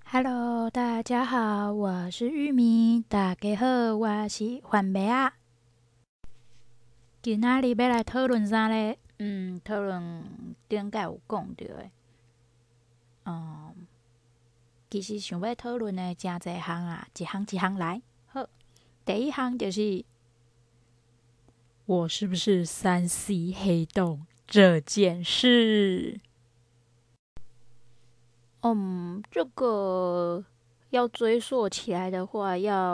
Hello，大家好，我是玉米。大家好，我是番麦啊。今仔日要来讨论啥咧？讨论顶届有讲到的。其实想要讨论的真侪项啊，一项一项来。好，第一项就是我是不是3C 黑洞这件事。这个要追溯起来的话，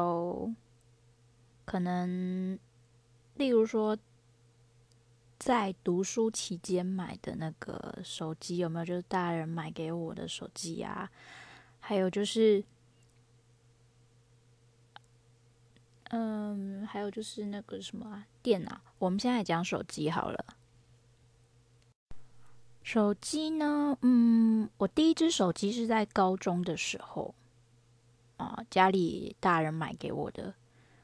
可能，例如说，在读书期间买的那个手机有没有就是大人买给我的手机啊？还有就是，还有就是那个什么电脑。我们现在讲手机好了。手机呢，我第一只手机是在高中的时候家里大人买给我的。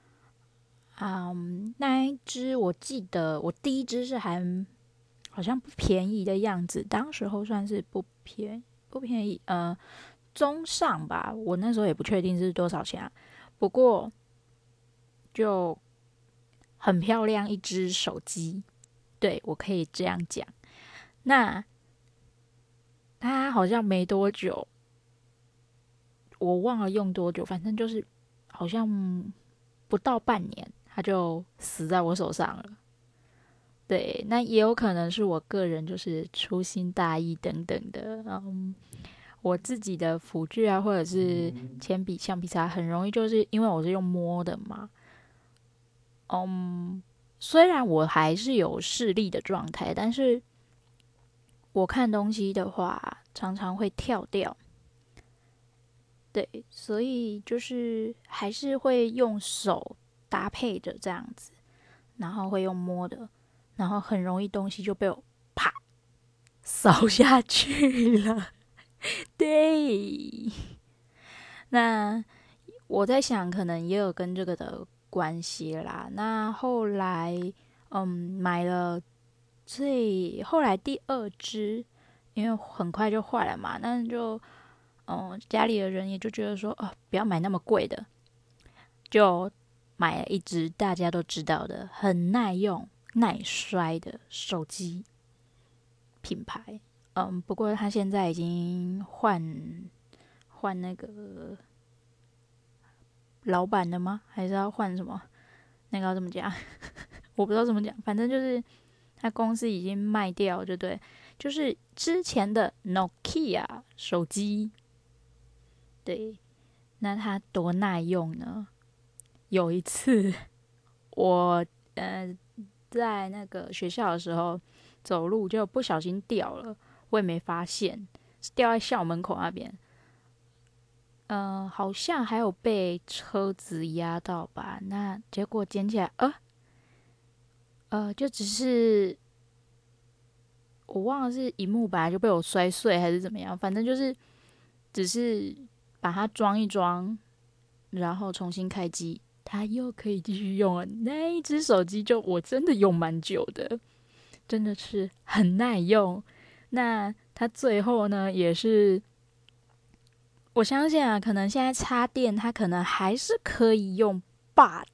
那一只我记得我第一只是好像不便宜的样子，当时候算是不便宜，中上吧。我那时候也不确定是多少钱不过就很漂亮一只手机，对我可以这样讲。那它好像没多久，我忘了用多久，反正就是好像不到半年，它就死在我手上了。对，那也有可能是我个人就是粗心大意等等的。我自己的辅具啊，或者是铅笔、橡皮擦，很容易就是因为我是用摸的嘛。虽然我还是有视力的状态，但是我看东西的话，常常会跳掉。对，所以就是还是会用手搭配着这样子，然后会用摸的，然后很容易东西就被我啪扫下去了。对，那我在想，可能也有跟这个的关系啦。那后来，买了后来第二支，因为很快就坏了嘛，那就，家里的人也就觉得说，不要买那么贵的，就买了一支大家都知道的很耐用、耐摔的手机品牌。不过它现在已经换那个老板的吗？还是要换什么？那个要怎么讲？我不知道怎么讲，反正就是他公司已经卖掉，就对，就是之前的 Nokia 手机。对，那它多耐用呢？有一次我在那个学校的时候走路就不小心掉了，我也没发现，是掉在校门口那边。好像还有被车子压到吧？那结果捡起来，就只是我忘了是荧幕本来就被我摔碎还是怎么样，反正就是只是把它装一装，然后重新开机，它又可以继续用了。那一只手机就我真的用蛮久的，真的是很耐用。那它最后呢，也是我相信啊，可能现在插电，它可能还是可以用，but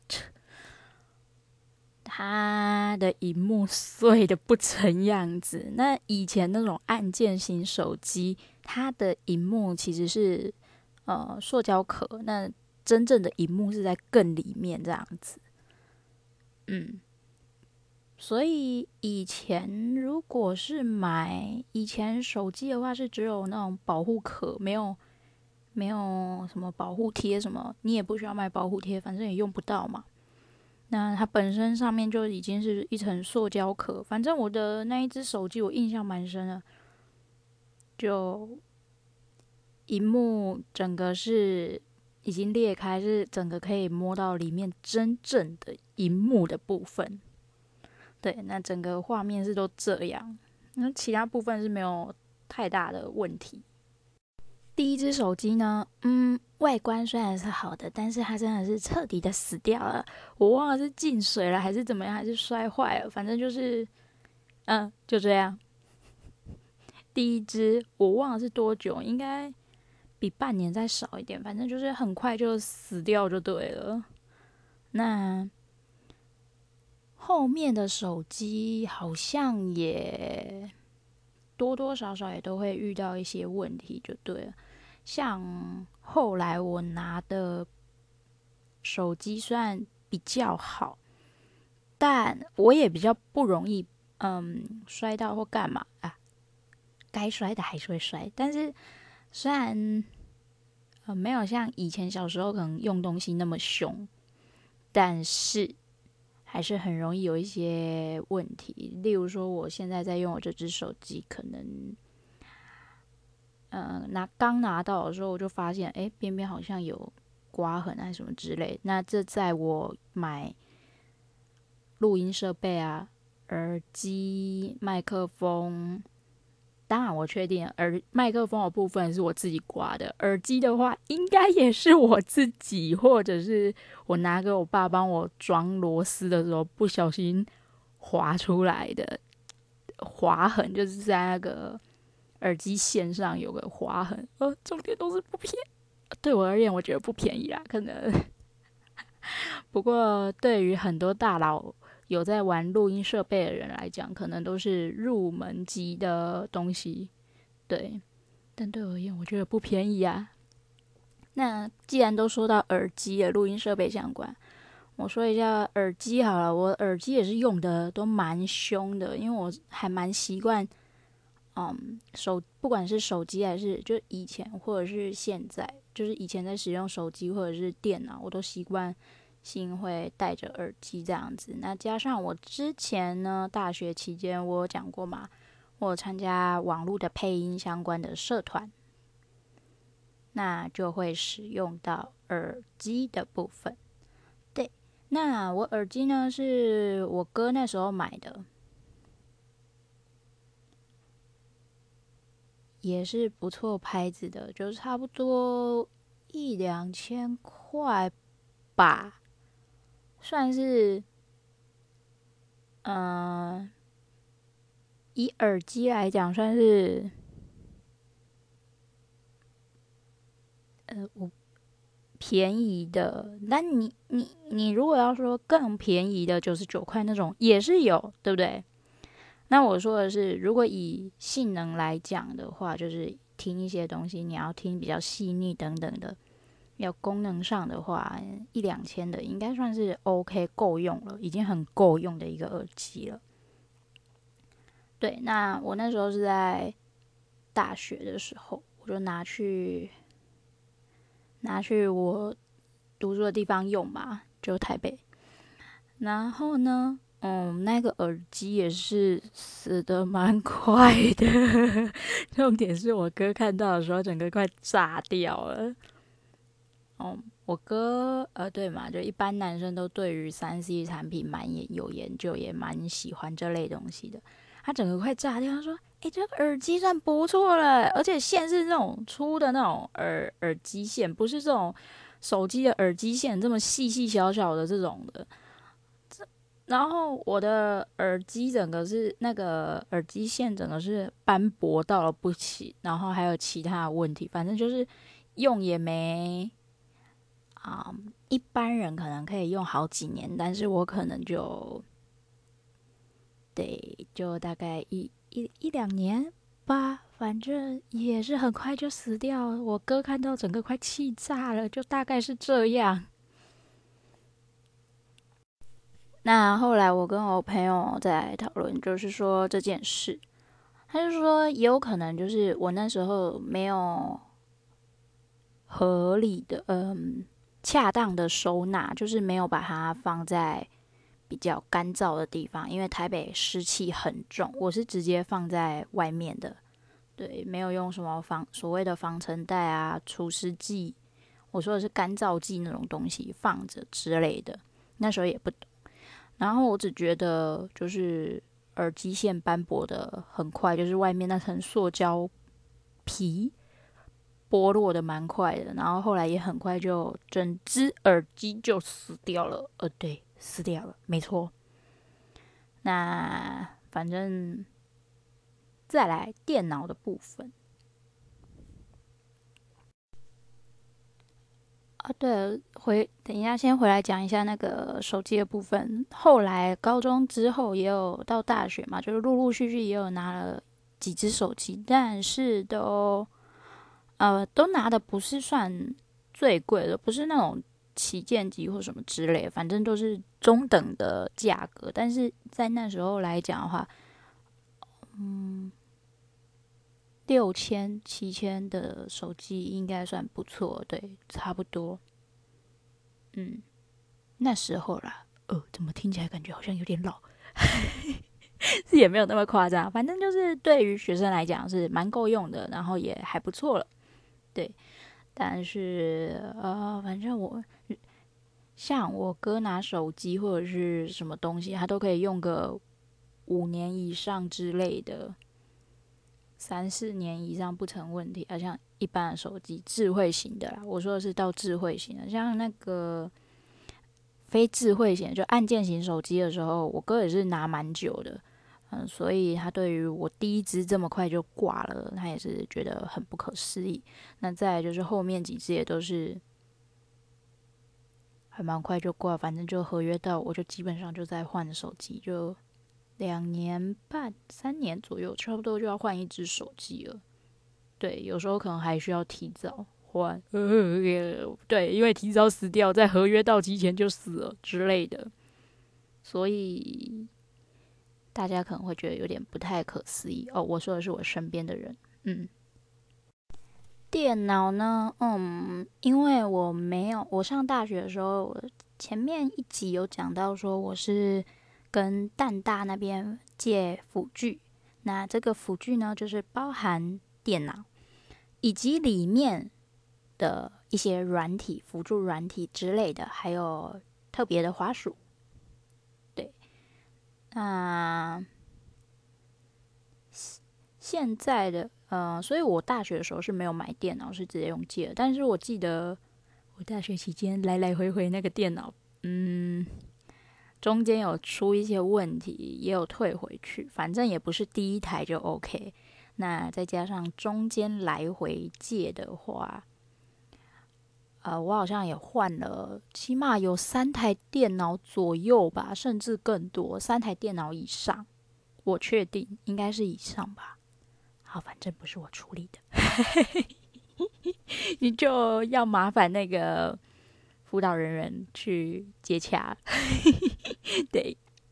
它的荧幕碎的不成样子。那以前那种按键型手机，它的荧幕其实是塑胶壳，那真正的荧幕是在更里面这样子。嗯，所以以前如果是买以前手机的话，是只有那种保护壳，没有什么保护贴什么，你也不需要买保护贴，反正也用不到嘛。那它本身上面就已经是一层塑胶壳，反正我的那一只手机我印象蛮深的，就荧幕整个是已经裂开，是整个可以摸到里面真正的荧幕的部分。对，那整个画面是都这样，那其他部分是没有太大的问题。第一只手机呢，外观虽然是好的，但是它真的是彻底的死掉了。我忘了是进水了还是怎么样，还是摔坏了，反正就是，就这样。第一只我忘了是多久，应该比半年再少一点，反正就是很快就死掉就对了。那后面的手机好像也多多少少也都会遇到一些问题，就对了。像后来我拿的手机虽然比较好，但我也比较不容易摔到或干嘛啊，该摔的还是会摔，但是虽然没有像以前小时候可能用东西那么凶，但是还是很容易有一些问题。例如说，我现在在用我这只手机，可能刚拿到的时候，我就发现，边边好像有刮痕还是什么之类。那这在我买录音设备啊、耳机、麦克风，当然我确定麦克风的部分是我自己刮的，耳机的话应该也是我自己，或者是我拿给我爸帮我装螺丝的时候不小心划出来的划痕，就是在那个耳机线上有个划痕。重点都是不便宜，对我而言我觉得不便宜啦，可能不过对于很多大佬有在玩录音设备的人来讲，可能都是入门级的东西，对。但对我而言，我觉得不便宜啊。那既然都说到耳机的录音设备相关，我说一下耳机好了。我耳机也是用的都蛮凶的，因为我还蛮习惯，不管是手机还是就以前或者是现在，就是以前在使用手机或者是电脑，我都习惯性会戴着耳机这样子。那加上我之前呢，大学期间我有讲过嘛，我有参加网络的配音相关的社团，那就会使用到耳机的部分。对，那我耳机呢是我哥那时候买的，也是不错牌子的，就差不多1-2千块吧，算是嗯、以耳机来讲算是我便宜的。那你如果要说更便宜的99块那种也是有，对不对？那我说的是，如果以性能来讲的话，就是听一些东西，你要听比较细腻等等的，要功能上的话，1-2千的应该算是 OK 够用了，已经很够用的一个耳机了。对，那我那时候是在大学的时候，我就拿去我读书的地方用嘛，就台北。然后呢，那个耳机也是死的蛮快的，重点是我哥看到的时候，整个快炸掉了。我哥对嘛，就一般男生都对于3C 产品蛮有研究，也蛮喜欢这类东西的。他整个快炸掉，他说：这个耳机算不错了，而且线是那种粗的那种耳机线，不是这种手机的耳机线这么细细小小的这种的。然后我的耳机整个是那个耳机线整个是斑驳到了不行，然后还有其他的问题，反正就是用也没一般人可能可以用好几年，但是我可能就大概一两年吧，反正也是很快就死掉了。我哥看到整个快气炸了，就大概是这样。那后来我跟我朋友在讨论，就是说这件事，他就说也有可能就是我那时候没有合理的恰当的收纳，就是没有把它放在比较干燥的地方，因为台北湿气很重，我是直接放在外面的，对，没有用什么所谓的防尘袋啊、除湿剂，我说的是干燥剂那种东西放着之类的，那时候也不懂。然后我只觉得就是耳机线斑驳的很快，就是外面那层塑胶皮剥落的蛮快的，然后后来也很快就整只耳机就死掉了。对，死掉了，没错。那反正再来电脑的部分， 对，等一下，先回来讲一下那个手机的部分。后来高中之后也有到大学嘛，就是陆陆续续也有拿了几只手机，但是都拿的不是算最贵的，不是那种旗舰机或什么之类的，反正都是中等的价格。但是在那时候来讲的话6000、7000的手机应该算不错，对，差不多。嗯，那时候啦，怎么听起来感觉好像有点老？是也没有那么夸张，反正就是对于学生来讲是蛮够用的，然后也还不错了，对。但是反正像我哥拿手机或者是什么东西，他都可以用个5年以上之类的，3、4年以上不成问题。像一般的手机，智慧型的啦，我说的是到智慧型的，像那个非智慧型就按键型手机的时候，我哥也是拿蛮久的，所以他对于我第一支这么快就挂了，他也是觉得很不可思议。那再来就是后面几支也都是还蛮快就挂，反正就合约到，我就基本上就在换手机，就2年半、3年左右，差不多就要换一只手机了。对，有时候可能还需要提早换，对，因为提早死掉，在合约到期前就死了之类的，所以大家可能会觉得有点不太可思议哦。我说的是我身边的人，电脑呢，因为我没有，我上大学的时候，我前面一集有讲到说我是跟淡大那边借辅具，那这个辅具呢，就是包含电脑以及里面的一些软体、辅助软体之类的，还有特别的滑鼠。对，那现在的所以我大学的时候是没有买电脑，是直接用借的。但是我记得我大学期间来来回回那个电脑，中间有出一些问题，也有退回去，反正也不是第一台就 OK。那再加上中间来回借的话，我好像也换了，起码有3台电脑左右吧，甚至更多，3台电脑以上，我确定应该是以上吧。好，反正不是我处理的，你就要麻烦那个辅导人员去接洽。对，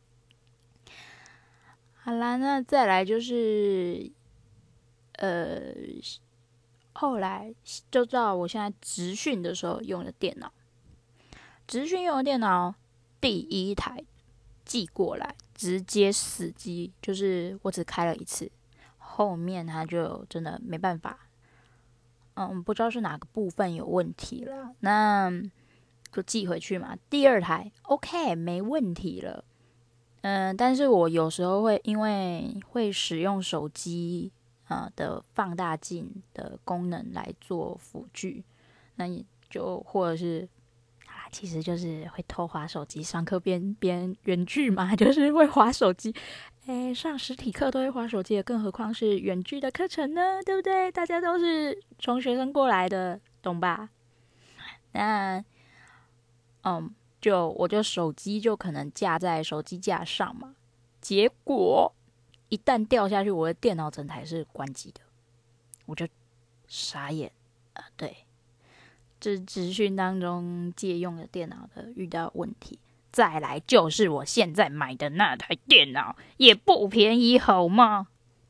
好啦，那再来就是呃，后来就知道我现在职训的时候用的电脑，职训用的电脑第一台寄过来，直接死机，就是我只开了一次，后面它就真的没办法，不知道是哪个部分有问题了，那就寄回去嘛。第二台 OK 没问题了，但是我有时候会因为会使用手机的放大镜的功能来做辅具，那也就或者是其实就是会偷滑手机，上课边远距嘛，就是会滑手机。上实体课都会滑手机的，更何况是远距的课程呢？对不对？大家都是从学生过来的，懂吧？那我就手机就可能架在手机架上嘛，结果一旦掉下去，我的电脑整台是关机的，我就傻眼。对，这是资讯当中借用的电脑的遇到问题。再来就是我现在买的那台电脑也不便宜，好吗？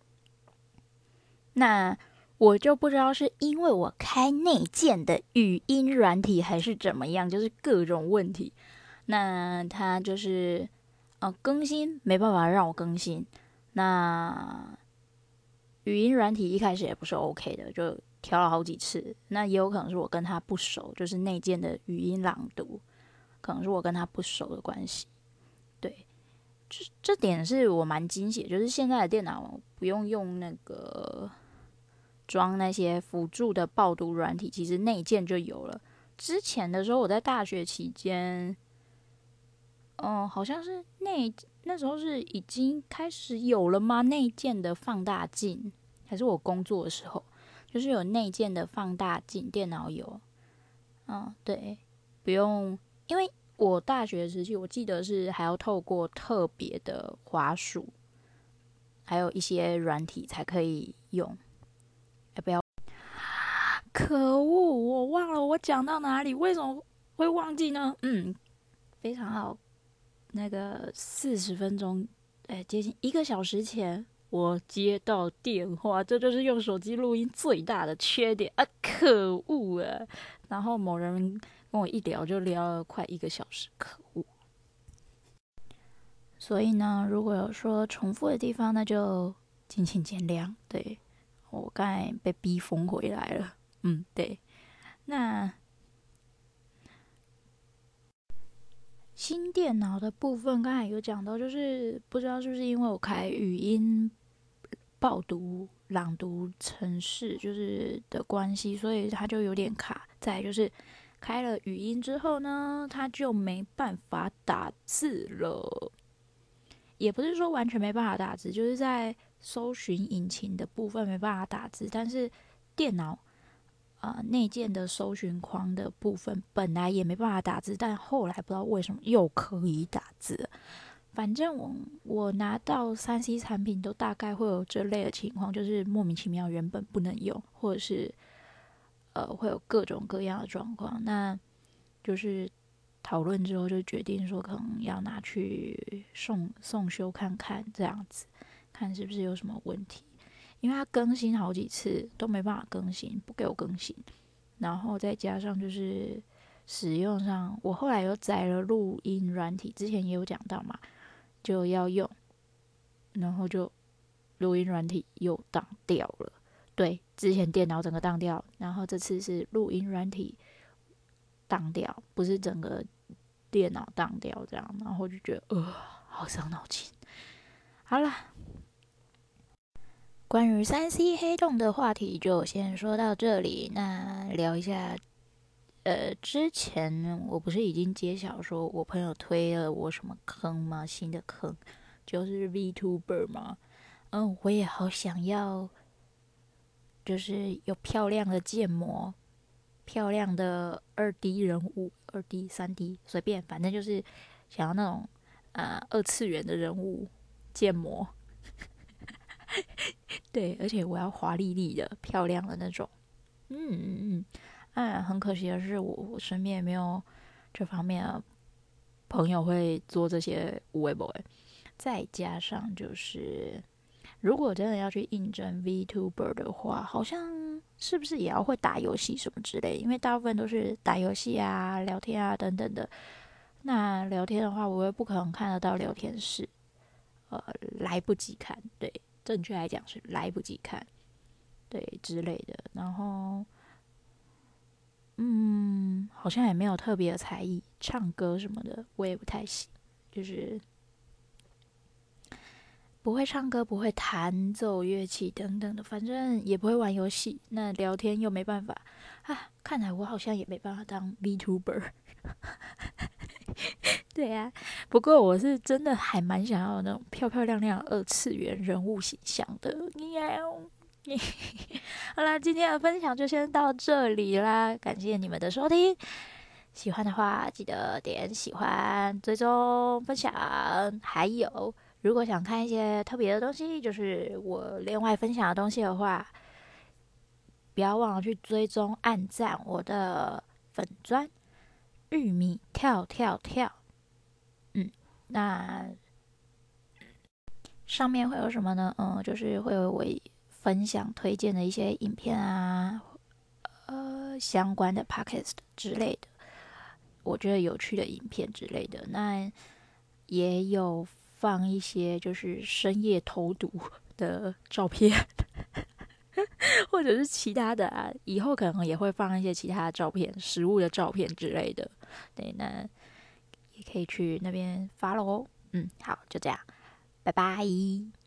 那我就不知道是因为我开内建的语音软体，还是怎么样，就是各种问题。那它就是更新没办法让我更新，那语音软体一开始也不是 OK 的，就调了好几次。那也有可能是我跟他不熟，就是内建的语音朗读，可能是我跟他不熟的关系。对，这点是我蛮惊喜的，就是现在的电脑不用那个装那些辅助的报读软体，其实内建就有了。之前的时候，我在大学期间，好像是那时候是已经开始有了吗？内建的放大镜，还是我工作的时候，就是有内建的放大镜，电脑有。 对，不用，因为我大学时期我记得是还要透过特别的滑鼠，还有一些软体才可以用。不要，可恶，我忘了我讲到哪里，为什么会忘记呢？非常好，那个40分钟，接近1个小时前，我接到电话，这就是用手机录音最大的缺点啊！可恶啊！然后某人跟我一聊就聊了快1个小时，可恶。所以呢，如果有说重复的地方，那就敬请见谅。对，我刚才被逼疯回来了。对。那新电脑的部分，刚才有讲到，就是不知道是不是因为我开语音报读、朗读程式就是的关系，所以它就有点卡。再来就是开了语音之后呢，它就没办法打字了。也不是说完全没办法打字，就是在搜寻引擎的部分没办法打字，但是电脑内建的搜寻框的部分本来也没办法打字，但后来不知道为什么又可以打字。反正我拿到3C 产品都大概会有这类的情况，就是莫名其妙原本不能用，或者是会有各种各样的状况。那就是讨论之后就决定说，可能要拿去送修看看，这样子看是不是有什么问题。因为它更新好几次都没办法更新，不给我更新，然后再加上就是使用上，我后来又载了录音软体，之前也有讲到嘛，就要用，然后就录音软体又当掉了。对，之前电脑整个当掉，然后这次是录音软体当掉，不是整个电脑当掉这样，然后就觉得好伤脑筋。好啦，关于3C 黑洞的话题就先说到这里。那聊一下，之前我不是已经揭晓说我朋友推了我什么坑吗？新的坑就是 VTuber 嘛。我也好想要，就是有漂亮的建模、漂亮的2D 人物、2D、3D 随便，反正就是想要那种2次元的人物建模。对，而且我要华丽丽的、漂亮的那种。很可惜的是我身边也没有这方面的朋友会做这些无为 boy。再加上就是，如果真的要去应征 VTuber 的话，好像是不是也要会打游戏什么之类？因为大部分都是打游戏啊、聊天啊等等的。那聊天的话，我又不可能看得到聊天室，来不及看。对，正确来讲是来不及看，对之类的。然后，好像也没有特别的才艺，唱歌什么的我也不太行，就是不会唱歌，不会弹奏乐器等等的，反正也不会玩游戏。那聊天又没办法看来我好像也没办法当 VTuber。对啊，不过我是真的还蛮想要那种漂漂亮亮2次元人物形象的。好啦，今天的分享就先到这里啦，感谢你们的收听。喜欢的话记得点喜欢、追踪、分享。还有，如果想看一些特别的东西，就是我另外分享的东西的话，不要忘了去追踪、按赞我的粉专玉米跳跳跳。那上面会有什么呢？就是会有我分享推荐的一些影片啊，相关的 podcast 之类的，我觉得有趣的影片之类的。那也有放一些就是深夜投毒的照片，或者是其他的以后可能也会放一些其他的照片、食物的照片之类的。对，那也可以去那边follow哦。好，就这样，拜拜。